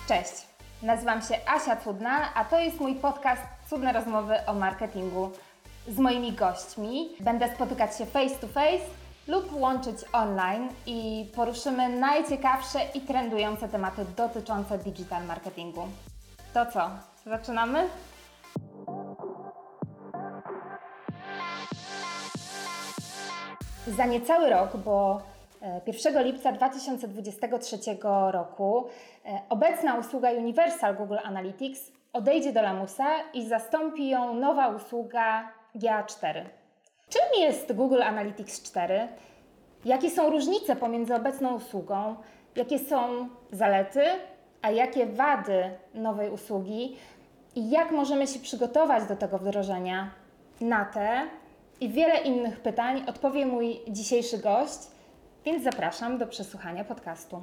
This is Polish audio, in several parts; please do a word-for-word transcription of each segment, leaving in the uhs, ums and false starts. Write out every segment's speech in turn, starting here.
Cześć, nazywam się Asia Cudna, a to jest mój podcast Cudne Rozmowy o Marketingu. Z moimi gośćmi będę spotykać się face to face lub łączyć online i poruszymy najciekawsze i trendujące tematy dotyczące digital marketingu. To co, zaczynamy? Za niecały rok, bo pierwszego lipca dwa tysiące dwudziestego trzeciego roku obecna usługa Universal Google Analytics odejdzie do lamusa i zastąpi ją nowa usługa G A cztery. Czym jest Google Analytics cztery? Jakie są różnice pomiędzy obecną usługą? Jakie są zalety, a jakie wady nowej usługi? I jak możemy się przygotować do tego wdrożenia? Na te i wiele innych pytań odpowie mój dzisiejszy gość, więc zapraszam do przesłuchania podcastu.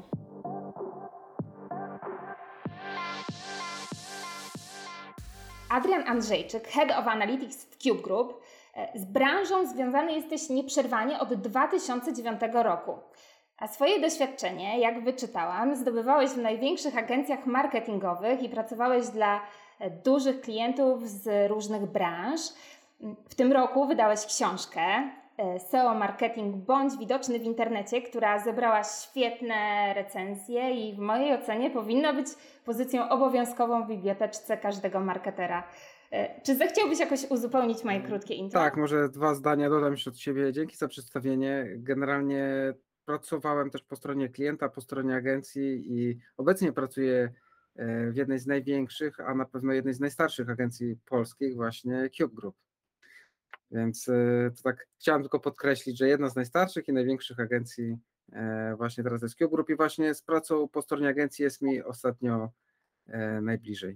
Adrian Andrzejczyk, Head of Analytics w Cube Group. Z branżą związany jesteś nieprzerwanie od dwa tysiące dziewiątego roku. A swoje doświadczenie, jak wyczytałam, zdobywałeś w największych agencjach marketingowych i pracowałeś dla dużych klientów z różnych branż. W tym roku wydałeś książkę S E O Marketing bądź widoczny w internecie, która zebrała świetne recenzje i w mojej ocenie powinna być pozycją obowiązkową w biblioteczce każdego marketera. Czy zechciałbyś jakoś uzupełnić moje krótkie intro? Tak, może dwa zdania dodam jeszcze od siebie. Dzięki za przedstawienie. Generalnie pracowałem też po stronie klienta, po stronie agencji i obecnie pracuję w jednej z największych, a na pewno jednej z najstarszych agencji polskich, właśnie Cube Group. Więc to tak chciałem tylko podkreślić, że jedna z najstarszych i największych agencji właśnie teraz jest Cube Group i właśnie z pracą po stronie agencji jest mi ostatnio najbliżej.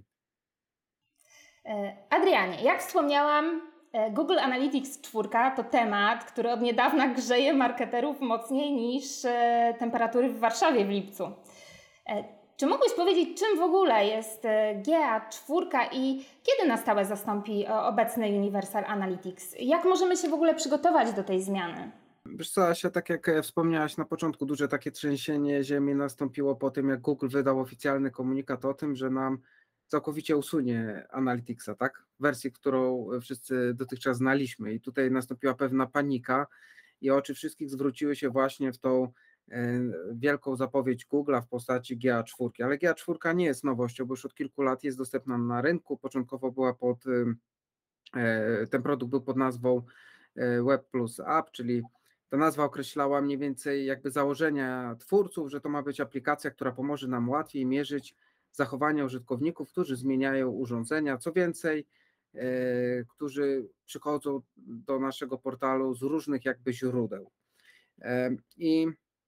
Adrianie, jak wspomniałam, Google Analytics cztery to temat, który od niedawna grzeje marketerów mocniej niż temperatury w Warszawie w lipcu. Czy mógłbyś powiedzieć, czym w ogóle jest G A cztery i kiedy na stałe zastąpi obecny Universal Analytics? Jak możemy się w ogóle przygotować do tej zmiany? Wiesz co, Asia, tak jak wspomniałaś na początku, duże takie trzęsienie ziemi nastąpiło po tym, jak Google wydał oficjalny komunikat o tym, że nam całkowicie usunie Analyticsa, tak? Wersję, którą wszyscy dotychczas znaliśmy i tutaj nastąpiła pewna panika i oczy wszystkich zwróciły się właśnie w tą wielką zapowiedź Google'a w postaci G A cztery, ale G A cztery nie jest nowością, bo już od kilku lat jest dostępna na rynku. Początkowo była pod, ten produkt był pod nazwą Web Plus App, czyli ta nazwa określała mniej więcej jakby założenia twórców, że to ma być aplikacja, która pomoże nam łatwiej mierzyć zachowania użytkowników, którzy zmieniają urządzenia. Co więcej, którzy przychodzą do naszego portalu z różnych jakby źródeł. I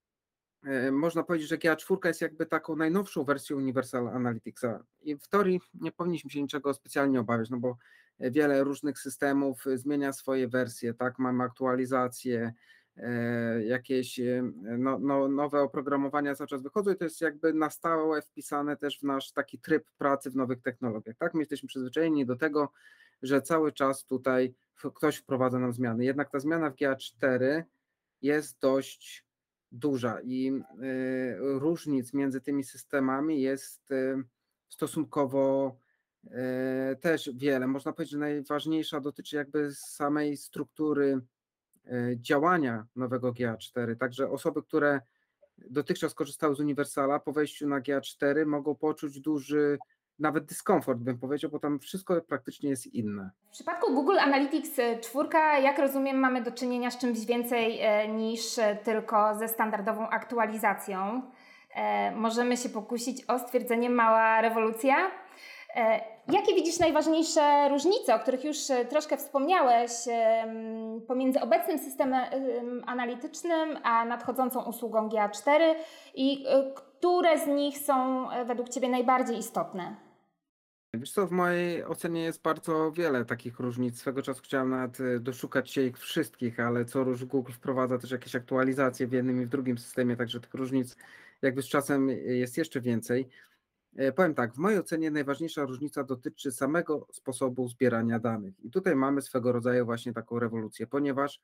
można powiedzieć, że G A cztery jest jakby taką najnowszą wersją Universal Analyticsa i w teorii nie powinniśmy się niczego specjalnie obawiać, no bo wiele różnych systemów zmienia swoje wersje, tak, mamy aktualizacje, jakieś no, no, nowe oprogramowania cały czas wychodzą i to jest jakby na stałe wpisane też w nasz taki tryb pracy w nowych technologiach, tak, my jesteśmy przyzwyczajeni do tego, że cały czas tutaj ktoś wprowadza nam zmiany, jednak ta zmiana w G A cztery jest dość duża i y, różnic między tymi systemami jest y, stosunkowo y, też wiele. Można powiedzieć, że najważniejsza dotyczy jakby samej struktury y, działania nowego G A cztery, także osoby, które dotychczas korzystały z Universala, po wejściu na G A cztery mogą poczuć duży nawet dyskomfort, bym powiedział, bo tam wszystko praktycznie jest inne. W przypadku Google Analytics cztery, jak rozumiem, mamy do czynienia z czymś więcej niż tylko ze standardową aktualizacją. Możemy się pokusić o stwierdzenie mała rewolucja. Jakie widzisz najważniejsze różnice, o których już troszkę wspomniałeś, pomiędzy obecnym systemem analitycznym a nadchodzącą usługą G A cztery i które z nich są według Ciebie najbardziej istotne? Wiesz co, w mojej ocenie jest bardzo wiele takich różnic. Swego czasu chciałem nawet doszukać się ich wszystkich, ale co rusz Google wprowadza też jakieś aktualizacje w jednym i w drugim systemie, także tych różnic jakby z czasem jest jeszcze więcej. Powiem tak, w mojej ocenie najważniejsza różnica dotyczy samego sposobu zbierania danych i tutaj mamy swego rodzaju właśnie taką rewolucję, ponieważ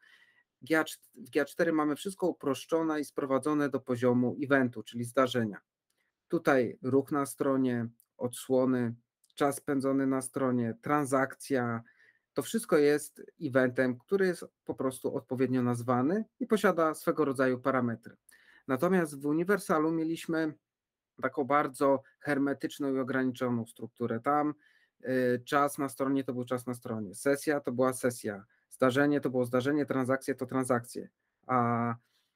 w G A cztery mamy wszystko uproszczone i sprowadzone do poziomu eventu, czyli zdarzenia. Tutaj ruch na stronie, odsłony, czas spędzony na stronie, transakcja, to wszystko jest eventem, który jest po prostu odpowiednio nazwany i posiada swego rodzaju parametry. Natomiast w Uniwersalu mieliśmy taką bardzo hermetyczną i ograniczoną strukturę. Tam y, czas na stronie to był czas na stronie, sesja to była sesja, zdarzenie to było zdarzenie, transakcje to transakcje. A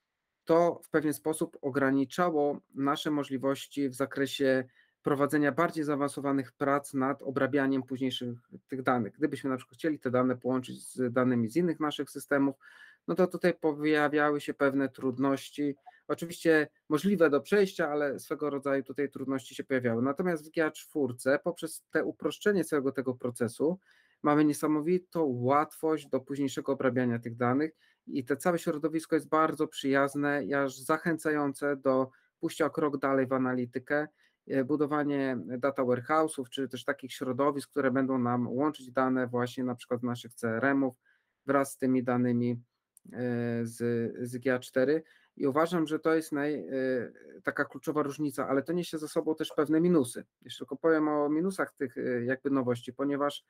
to w pewien sposób ograniczało nasze możliwości w zakresie prowadzenia bardziej zaawansowanych prac nad obrabianiem późniejszych tych danych. Gdybyśmy na przykład chcieli te dane połączyć z danymi z innych naszych systemów, no to tutaj pojawiały się pewne trudności. Oczywiście możliwe do przejścia, ale swego rodzaju tutaj trudności się pojawiały. Natomiast w G A cztery poprzez te uproszczenie całego tego procesu mamy niesamowitą łatwość do późniejszego obrabiania tych danych i to całe środowisko jest bardzo przyjazne i aż zachęcające do pójścia o krok dalej w analitykę, budowanie data warehouse'ów, czy też takich środowisk, które będą nam łączyć dane właśnie na przykład z naszych C R M ów wraz z tymi danymi z, z G A cztery i uważam, że to jest naj, taka kluczowa różnica, ale to niesie ze sobą też pewne minusy. Jeszcze tylko powiem o minusach tych jakby nowości, ponieważ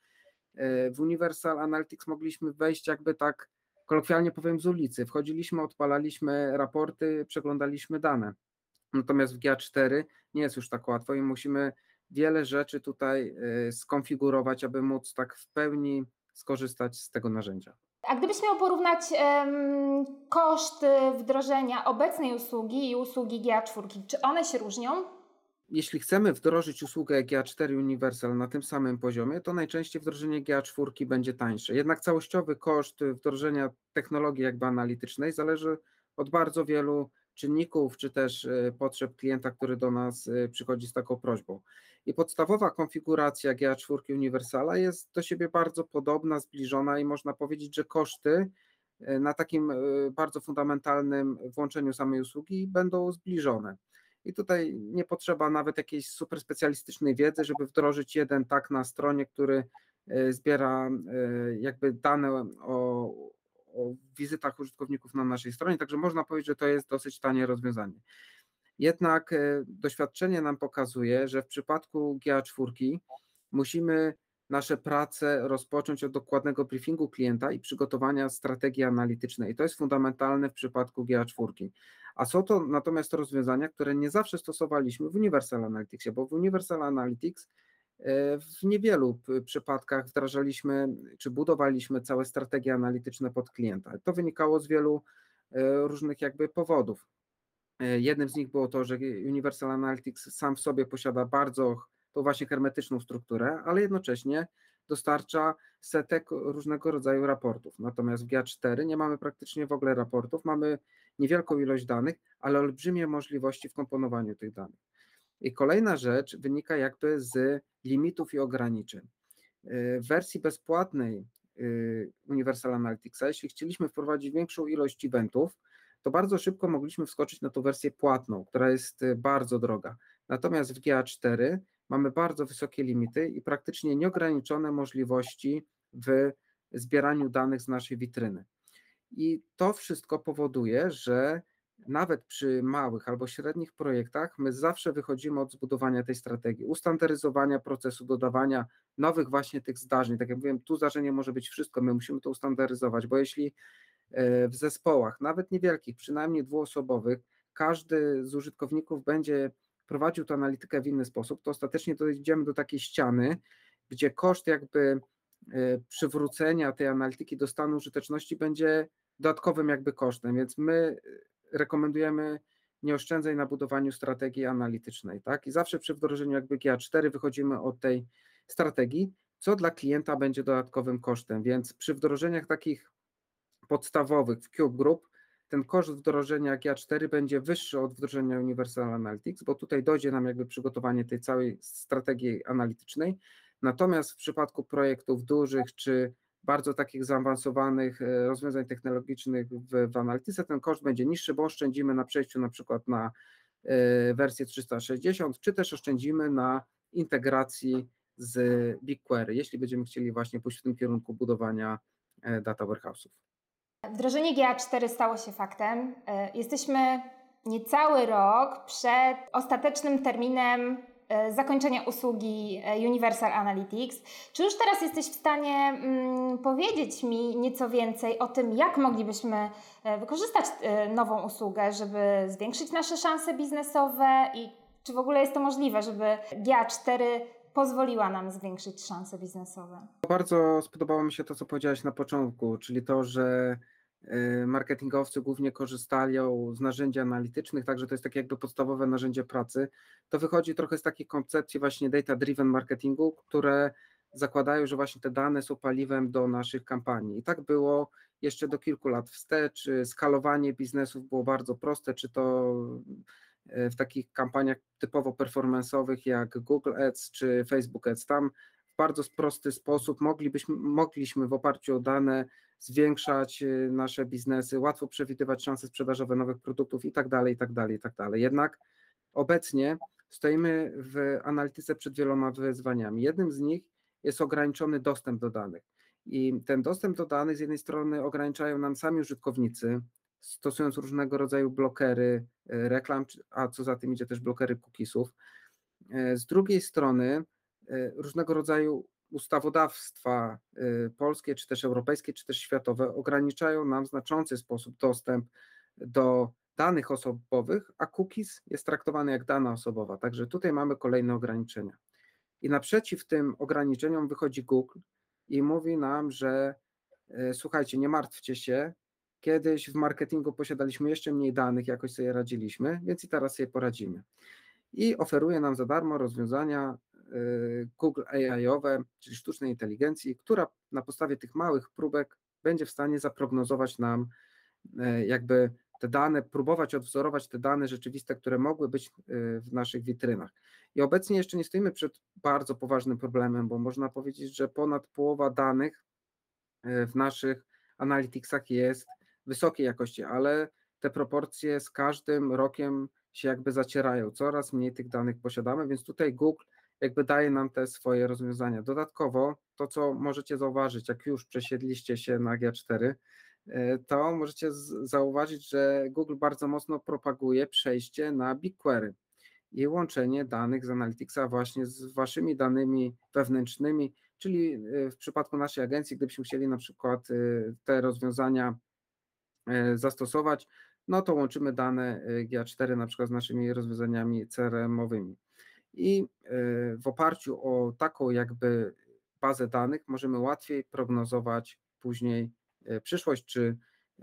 w Universal Analytics mogliśmy wejść jakby tak kolokwialnie powiem z ulicy. Wchodziliśmy, odpalaliśmy raporty, przeglądaliśmy dane. Natomiast w G A cztery nie jest już tak łatwo i musimy wiele rzeczy tutaj skonfigurować, aby móc tak w pełni skorzystać z tego narzędzia. A gdybyś miał porównać um, koszty wdrożenia obecnej usługi i usługi G A cztery, czy one się różnią? Jeśli chcemy wdrożyć usługę G A cztery Universal na tym samym poziomie, to najczęściej wdrożenie G A cztery będzie tańsze. Jednak całościowy koszt wdrożenia technologii jakby analitycznej zależy od bardzo wielu czynników, czy też potrzeb klienta, który do nas przychodzi z taką prośbą. I podstawowa konfiguracja G A cztery Universala jest do siebie bardzo podobna, zbliżona i można powiedzieć, że koszty na takim bardzo fundamentalnym włączeniu samej usługi będą zbliżone. I tutaj nie potrzeba nawet jakiejś super specjalistycznej wiedzy, żeby wdrożyć jeden tag na stronie, który zbiera jakby dane o, o wizytach użytkowników na naszej stronie, także można powiedzieć, że to jest dosyć tanie rozwiązanie. Jednak doświadczenie nam pokazuje, że w przypadku G A cztery musimy nasze prace rozpocząć od dokładnego briefingu klienta i przygotowania strategii analitycznej. I to jest fundamentalne w przypadku G A cztery. A są to natomiast rozwiązania, które nie zawsze stosowaliśmy w Universal Analyticsie, bo w Universal Analytics w niewielu przypadkach wdrażaliśmy czy budowaliśmy całe strategie analityczne pod klienta. To wynikało z wielu różnych jakby powodów. Jednym z nich było to, że Universal Analytics sam w sobie posiada bardzo tą właśnie hermetyczną strukturę, ale jednocześnie dostarcza setek różnego rodzaju raportów. Natomiast w G A cztery nie mamy praktycznie w ogóle raportów, mamy niewielką ilość danych, ale olbrzymie możliwości w komponowaniu tych danych. I kolejna rzecz wynika jakby z limitów i ograniczeń. W wersji bezpłatnej Universal Analyticsa, jeśli chcieliśmy wprowadzić większą ilość eventów, to bardzo szybko mogliśmy wskoczyć na tą wersję płatną, która jest bardzo droga. Natomiast w G A cztery mamy bardzo wysokie limity i praktycznie nieograniczone możliwości w zbieraniu danych z naszej witryny. I to wszystko powoduje, że nawet przy małych albo średnich projektach my zawsze wychodzimy od zbudowania tej strategii, ustandaryzowania procesu, dodawania nowych właśnie tych zdarzeń. Tak jak mówiłem, tu zdarzenie może być wszystko, my musimy to ustandaryzować, bo jeśli w zespołach, nawet niewielkich, przynajmniej dwuosobowych, każdy z użytkowników będzie prowadził tę analitykę w inny sposób, to ostatecznie dojdziemy do takiej ściany, gdzie koszt jakby przywrócenia tej analityki do stanu użyteczności będzie dodatkowym jakby kosztem, więc my rekomendujemy nie oszczędzaj na budowaniu strategii analitycznej, tak? I zawsze przy wdrożeniu jakby G A cztery wychodzimy od tej strategii, co dla klienta będzie dodatkowym kosztem, więc przy wdrożeniach takich podstawowych w Cube Group ten koszt wdrożenia G A cztery będzie wyższy od wdrożenia Universal Analytics, bo tutaj dojdzie nam jakby przygotowanie tej całej strategii analitycznej. Natomiast w przypadku projektów dużych czy bardzo takich zaawansowanych rozwiązań technologicznych w, w analityce ten koszt będzie niższy, bo oszczędzimy na przejściu na przykład na wersję trzysta sześćdziesiąt, czy też oszczędzimy na integracji z BigQuery, jeśli będziemy chcieli właśnie pójść w tym kierunku budowania data warehouse'ów. Wdrożenie G A cztery stało się faktem. Jesteśmy niecały rok przed ostatecznym terminem zakończenia usługi Universal Analytics. Czy już teraz jesteś w stanie mm, powiedzieć mi nieco więcej o tym, jak moglibyśmy wykorzystać nową usługę, żeby zwiększyć nasze szanse biznesowe i czy w ogóle jest to możliwe, żeby G A cztery pozwoliła nam zwiększyć szanse biznesowe? Bardzo spodobało mi się to, co powiedziałaś na początku, czyli to, że marketingowcy głównie korzystają z narzędzi analitycznych, także to jest takie jakby podstawowe narzędzie pracy. To wychodzi trochę z takiej koncepcji właśnie data-driven marketingu, które zakładają, że właśnie te dane są paliwem do naszych kampanii. I tak było jeszcze do kilku lat wstecz. Skalowanie biznesów było bardzo proste, czy to w takich kampaniach typowo performance'owych jak Google Ads czy Facebook Ads. Tam w bardzo prosty sposób moglibyśmy, mogliśmy w oparciu o dane zwiększać nasze biznesy, łatwo przewidywać szanse sprzedażowe nowych produktów i tak dalej, i tak dalej, i tak dalej. Jednak obecnie stoimy w analityce przed wieloma wyzwaniami. Jednym z nich jest ograniczony dostęp do danych. I ten dostęp do danych z jednej strony ograniczają nam sami użytkownicy, stosując różnego rodzaju blokery reklam, a co za tym idzie też blokery cookiesów. Z drugiej strony różnego rodzaju ustawodawstwa polskie, czy też europejskie, czy też światowe ograniczają nam w znaczący sposób dostęp do danych osobowych, a cookies jest traktowany jak dana osobowa, także tutaj mamy kolejne ograniczenia. I naprzeciw tym ograniczeniom wychodzi Google i mówi nam, że słuchajcie, nie martwcie się, kiedyś w marketingu posiadaliśmy jeszcze mniej danych, jakoś sobie radziliśmy, więc i teraz sobie poradzimy. I oferuje nam za darmo rozwiązania Google A I-owe, czyli sztucznej inteligencji, która na podstawie tych małych próbek będzie w stanie zaprognozować nam jakby te dane, próbować odwzorować te dane rzeczywiste, które mogły być w naszych witrynach. I obecnie jeszcze nie stoimy przed bardzo poważnym problemem, bo można powiedzieć, że ponad połowa danych w naszych analyticsach jest wysokiej jakości, ale te proporcje z każdym rokiem się jakby zacierają, coraz mniej tych danych posiadamy, więc tutaj Google jakby daje nam te swoje rozwiązania. Dodatkowo to, co możecie zauważyć, jak już przesiedliście się na G A cztery, to możecie zauważyć, że Google bardzo mocno propaguje przejście na BigQuery i łączenie danych z Analyticsa właśnie z waszymi danymi wewnętrznymi, czyli w przypadku naszej agencji, gdybyśmy chcieli na przykład te rozwiązania zastosować, no to łączymy dane G A cztery na przykład z naszymi rozwiązaniami C R M-owymi. I w oparciu o taką jakby bazę danych możemy łatwiej prognozować później przyszłość, czy,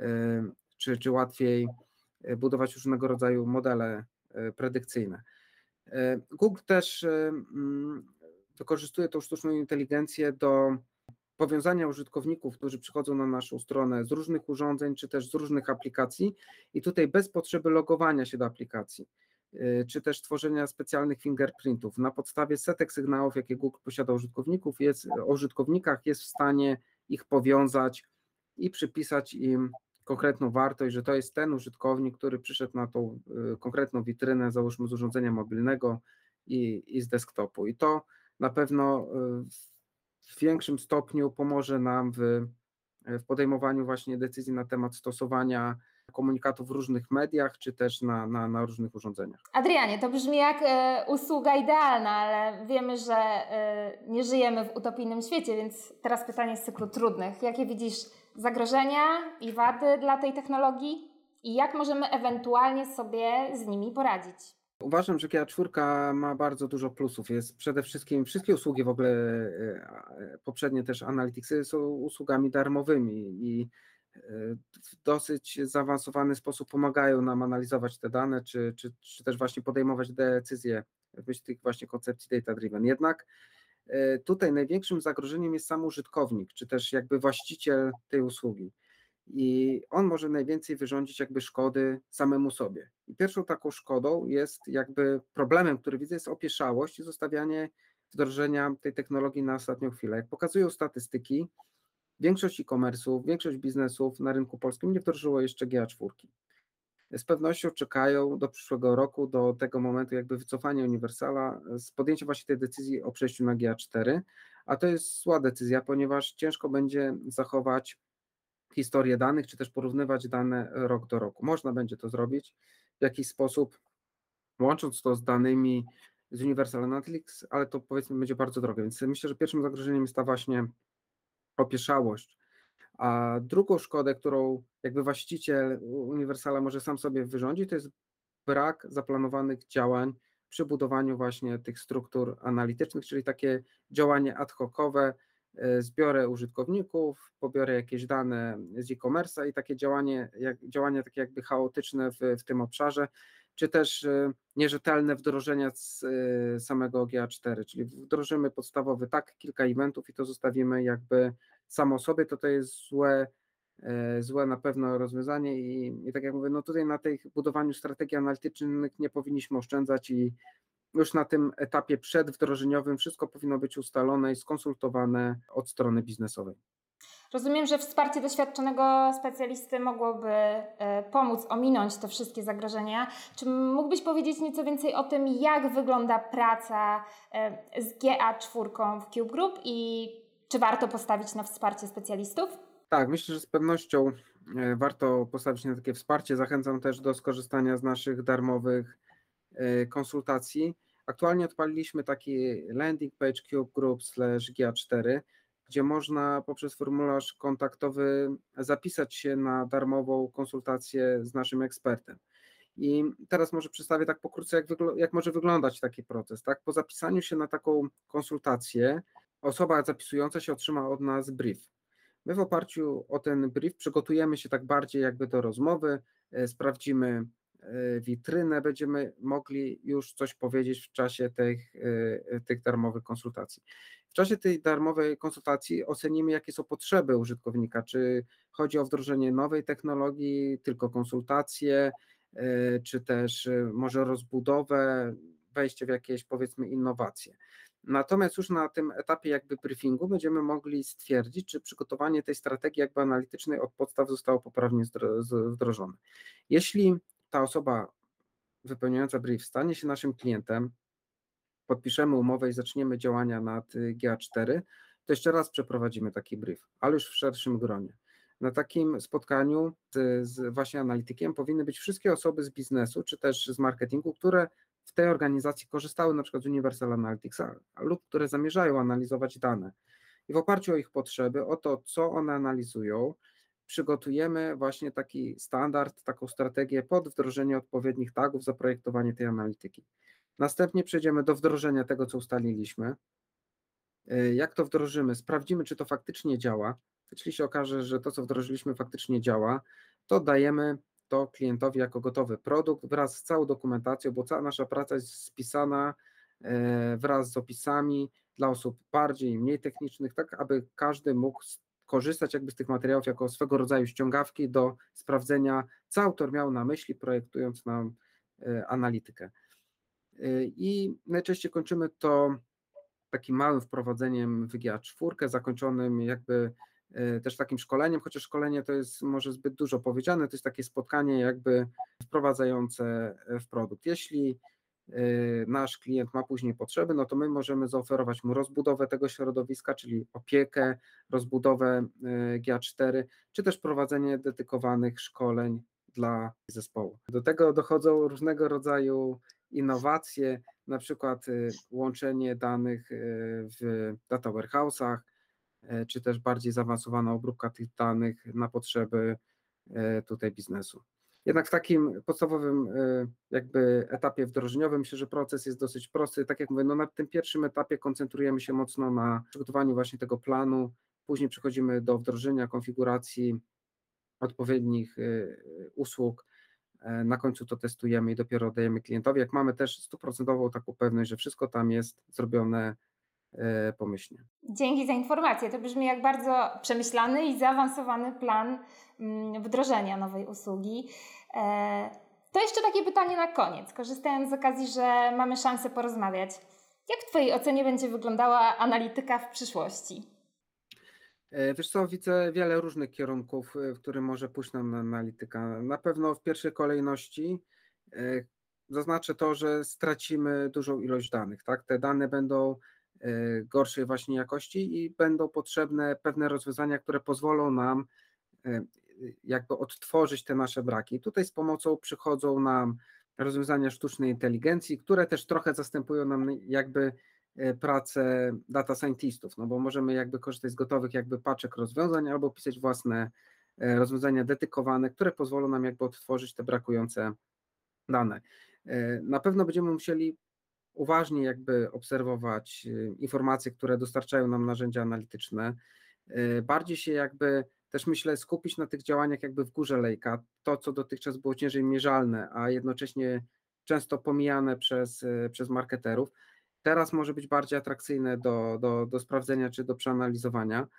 czy, czy łatwiej budować różnego rodzaju modele predykcyjne. Google też wykorzystuje tą sztuczną inteligencję do powiązania użytkowników, którzy przychodzą na naszą stronę z różnych urządzeń, czy też z różnych aplikacji i tutaj bez potrzeby logowania się do aplikacji, czy też tworzenia specjalnych fingerprintów. Na podstawie setek sygnałów, jakie Google posiada użytkowników, jest, o użytkownikach, jest w stanie ich powiązać i przypisać im konkretną wartość, że to jest ten użytkownik, który przyszedł na tą konkretną witrynę, załóżmy z urządzenia mobilnego i, i z desktopu. I to na pewno w większym stopniu pomoże nam w, w podejmowaniu właśnie decyzji na temat stosowania komunikatów w różnych mediach, czy też na, na, na różnych urządzeniach. Adrianie, to brzmi jak e, usługa idealna, ale wiemy, że e, nie żyjemy w utopijnym świecie, więc teraz pytanie z cyklu trudnych. Jakie widzisz zagrożenia i wady dla tej technologii i jak możemy ewentualnie sobie z nimi poradzić? Uważam, że G A cztery ma bardzo dużo plusów. Jest przede wszystkim, wszystkie usługi w ogóle, poprzednie też Analyticsy są usługami darmowymi i w dosyć zaawansowany sposób pomagają nam analizować te dane, czy, czy, czy też właśnie podejmować decyzje w myśl tych właśnie koncepcji data-driven. Jednak tutaj największym zagrożeniem jest sam użytkownik, czy też jakby właściciel tej usługi. I on może najwięcej wyrządzić jakby szkody samemu sobie. I pierwszą taką szkodą jest jakby problemem, który widzę, jest opieszałość i zostawianie wdrożenia tej technologii na ostatnią chwilę. Jak pokazują statystyki, większość e-commerce'ów, większość biznesów na rynku polskim nie wdrożyło jeszcze G A cztery. Z pewnością czekają do przyszłego roku, do tego momentu jakby wycofania Universala z podjęciem właśnie tej decyzji o przejściu na G A cztery, a to jest zła decyzja, ponieważ ciężko będzie zachować historię danych, czy też porównywać dane rok do roku. Można będzie to zrobić w jakiś sposób, łącząc to z danymi z Universal Analytics, ale to powiedzmy będzie bardzo drogie, więc myślę, że pierwszym zagrożeniem jest ta właśnie opieszałość. A drugą szkodę, którą jakby właściciel Universala może sam sobie wyrządzić, to jest brak zaplanowanych działań przy budowaniu właśnie tych struktur analitycznych, czyli takie działanie ad hocowe, zbiorę użytkowników, pobiorę jakieś dane z e-commerce'a i takie działanie, jak, działania takie jakby chaotyczne w, w tym obszarze, czy też nierzetelne wdrożenia z samego G A cztery, czyli wdrożymy podstawowy tak, kilka eventów i to zostawimy jakby samo sobie, to to jest złe, złe na pewno rozwiązanie i, i tak jak mówię, no tutaj na tej budowaniu strategii analitycznych nie powinniśmy oszczędzać i już na tym etapie przedwdrożeniowym wszystko powinno być ustalone i skonsultowane od strony biznesowej. Rozumiem, że wsparcie doświadczonego specjalisty mogłoby pomóc ominąć te wszystkie zagrożenia. Czy mógłbyś powiedzieć nieco więcej o tym, jak wygląda praca z G A cztery w Cube Group i czy warto postawić na wsparcie specjalistów? Tak, myślę, że z pewnością warto postawić na takie wsparcie. Zachęcam też do skorzystania z naszych darmowych konsultacji. Aktualnie odpaliliśmy taki landing page Cube Group slash G A cztery, gdzie można poprzez formularz kontaktowy zapisać się na darmową konsultację z naszym ekspertem. I teraz może przedstawię tak pokrótce, jak, wygl- jak może wyglądać taki proces. Tak? Po zapisaniu się na taką konsultację osoba zapisująca się otrzyma od nas brief. My w oparciu o ten brief przygotujemy się tak bardziej jakby do rozmowy, sprawdzimy witrynę, będziemy mogli już coś powiedzieć w czasie tych, tych darmowych konsultacji. W czasie tej darmowej konsultacji ocenimy, jakie są potrzeby użytkownika, czy chodzi o wdrożenie nowej technologii, tylko konsultacje, czy też może rozbudowę, wejście w jakieś powiedzmy innowacje. Natomiast już na tym etapie jakby briefingu będziemy mogli stwierdzić, czy przygotowanie tej strategii jakby analitycznej od podstaw zostało poprawnie wdrożone. Jeśli ta osoba wypełniająca brief stanie się naszym klientem, podpiszemy umowę i zaczniemy działania nad G A cztery, to jeszcze raz przeprowadzimy taki brief, ale już w szerszym gronie. Na takim spotkaniu z, z właśnie analitykiem powinny być wszystkie osoby z biznesu, czy też z marketingu, które w tej organizacji korzystały na przykład z Universal Analytics lub które zamierzają analizować dane. I w oparciu o ich potrzeby, o to, co one analizują, przygotujemy właśnie taki standard, taką strategię pod wdrożenie odpowiednich tagów, zaprojektowanie tej analityki. Następnie przejdziemy do wdrożenia tego, co ustaliliśmy. Jak to wdrożymy? Sprawdzimy, czy to faktycznie działa. Jeśli się okaże, że to, co wdrożyliśmy, faktycznie działa, to dajemy to klientowi jako gotowy produkt wraz z całą dokumentacją, bo cała nasza praca jest spisana wraz z opisami dla osób bardziej i mniej technicznych, tak aby każdy mógł korzystać jakby z tych materiałów jako swego rodzaju ściągawki do sprawdzenia, co autor miał na myśli, projektując nam analitykę. I najczęściej kończymy to takim małym wprowadzeniem w G A cztery, zakończonym jakby też takim szkoleniem, chociaż szkolenie to jest może zbyt dużo powiedziane, to jest takie spotkanie jakby wprowadzające w produkt. Jeśli nasz klient ma później potrzeby, no to my możemy zaoferować mu rozbudowę tego środowiska, czyli opiekę, rozbudowę G A cztery, czy też prowadzenie dedykowanych szkoleń dla zespołu. Do tego dochodzą różnego rodzaju innowacje, na przykład łączenie danych w data warehouse'ach, czy też bardziej zaawansowana obróbka tych danych na potrzeby tutaj biznesu. Jednak w takim podstawowym jakby etapie wdrożeniowym myślę, że proces jest dosyć prosty. Tak jak mówię, no na tym pierwszym etapie koncentrujemy się mocno na przygotowaniu właśnie tego planu, później przechodzimy do wdrożenia, konfiguracji odpowiednich usług, na końcu to testujemy i dopiero dajemy klientowi. Jak mamy też stuprocentową taką pewność, że wszystko tam jest zrobione pomyślnie. Dzięki za informację. To brzmi jak bardzo przemyślany i zaawansowany plan wdrożenia nowej usługi. To jeszcze takie pytanie na koniec, korzystając z okazji, że mamy szansę porozmawiać. Jak w Twojej ocenie będzie wyglądała analityka w przyszłości? Wiesz co, widzę wiele różnych kierunków, w którym może pójść nam analityka. Na pewno w pierwszej kolejności zaznaczę to, że stracimy dużą ilość danych. Tak? Te dane będą gorszej właśnie jakości i będą potrzebne pewne rozwiązania, które pozwolą nam jakby odtworzyć te nasze braki. Tutaj z pomocą przychodzą nam rozwiązania sztucznej inteligencji, które też trochę zastępują nam jakby pracę data scientistów, no bo możemy jakby korzystać z gotowych jakby paczek rozwiązań albo pisać własne rozwiązania dedykowane, które pozwolą nam jakby odtworzyć te brakujące dane. Na pewno będziemy musieli uważnie jakby obserwować informacje, które dostarczają nam narzędzia analityczne, bardziej się jakby też myślę skupić na tych działaniach jakby w górze lejka, to co dotychczas było ciężej mierzalne, a jednocześnie często pomijane przez, przez marketerów, teraz może być bardziej atrakcyjne do, do, do sprawdzenia czy do przeanalizowania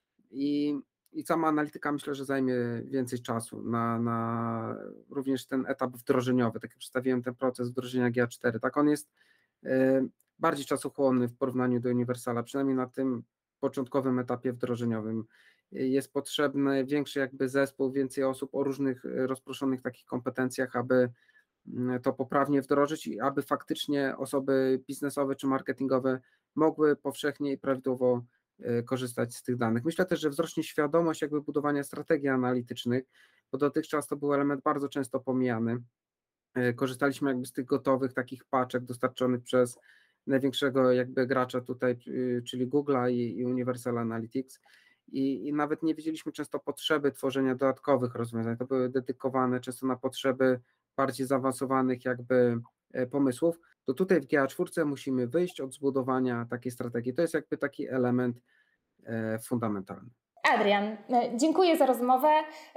i, i sama analityka myślę, że zajmie więcej czasu na, na również ten etap wdrożeniowy, tak jak przedstawiłem ten proces wdrożenia G A cztery, tak on jest bardziej czasochłonny w porównaniu do Universala, przynajmniej na tym początkowym etapie wdrożeniowym. Jest potrzebny większy jakby zespół, więcej osób o różnych rozproszonych takich kompetencjach, aby to poprawnie wdrożyć i aby faktycznie osoby biznesowe czy marketingowe mogły powszechnie i prawidłowo korzystać z tych danych. Myślę też, że wzrośnie świadomość jakby budowania strategii analitycznych, bo dotychczas to był element bardzo często pomijany. Korzystaliśmy jakby z tych gotowych takich paczek dostarczonych przez największego jakby gracza tutaj, czyli Google'a i, i Universal Analytics i, i nawet nie widzieliśmy często potrzeby tworzenia dodatkowych rozwiązań. To były dedykowane często na potrzeby bardziej zaawansowanych jakby pomysłów. To tutaj w G A cztery musimy wyjść od zbudowania takiej strategii. To jest jakby taki element fundamentalny. Adrian, dziękuję za rozmowę.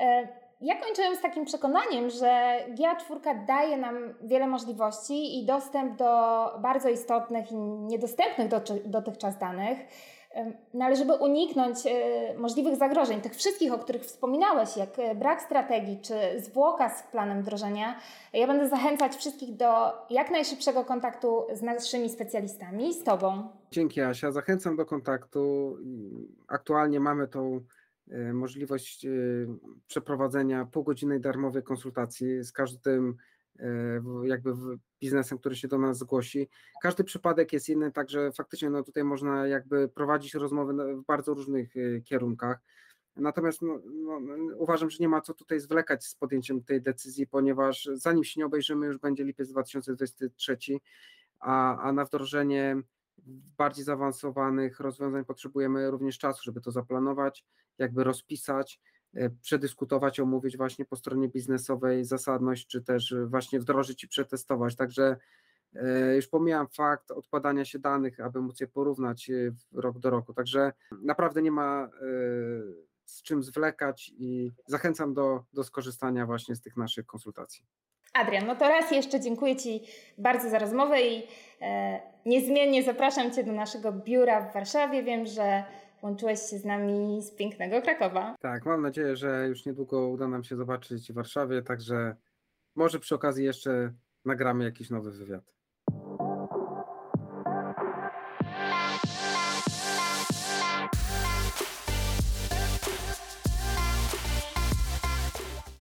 Ja kończyłem z takim przekonaniem, że G A cztery daje nam wiele możliwości i dostęp do bardzo istotnych i niedostępnych dotychczas danych. No ale żeby uniknąć możliwych zagrożeń, tych wszystkich, o których wspominałeś, jak brak strategii czy zwłoka z planem wdrożenia, ja będę zachęcać wszystkich do jak najszybszego kontaktu z naszymi specjalistami, z Tobą. Dzięki, Asia. Zachęcam do kontaktu. Aktualnie mamy tą możliwość przeprowadzenia półgodzinnej darmowej konsultacji z każdym jakby biznesem, który się do nas zgłosi. Każdy przypadek jest inny, także faktycznie no tutaj można jakby prowadzić rozmowy w bardzo różnych kierunkach. Natomiast no, no, uważam, że nie ma co tutaj zwlekać z podjęciem tej decyzji, ponieważ zanim się nie obejrzymy, już będzie lipiec dwa tysiące dwudziesty trzeci, a, a na wdrożenie bardziej zaawansowanych rozwiązań potrzebujemy również czasu, żeby to zaplanować, jakby rozpisać, przedyskutować, omówić właśnie po stronie biznesowej zasadność, czy też właśnie wdrożyć i przetestować. Także już pomijam fakt odkładania się danych, aby móc je porównać rok do roku. Także naprawdę nie ma z czym zwlekać i zachęcam do, do skorzystania właśnie z tych naszych konsultacji. Adrian, no to raz jeszcze dziękuję Ci bardzo za rozmowę i e, niezmiennie zapraszam Cię do naszego biura w Warszawie. Wiem, że łączyłeś się z nami z pięknego Krakowa. Tak, mam nadzieję, że już niedługo uda nam się zobaczyć w Warszawie, także może przy okazji jeszcze nagramy jakiś nowy wywiad.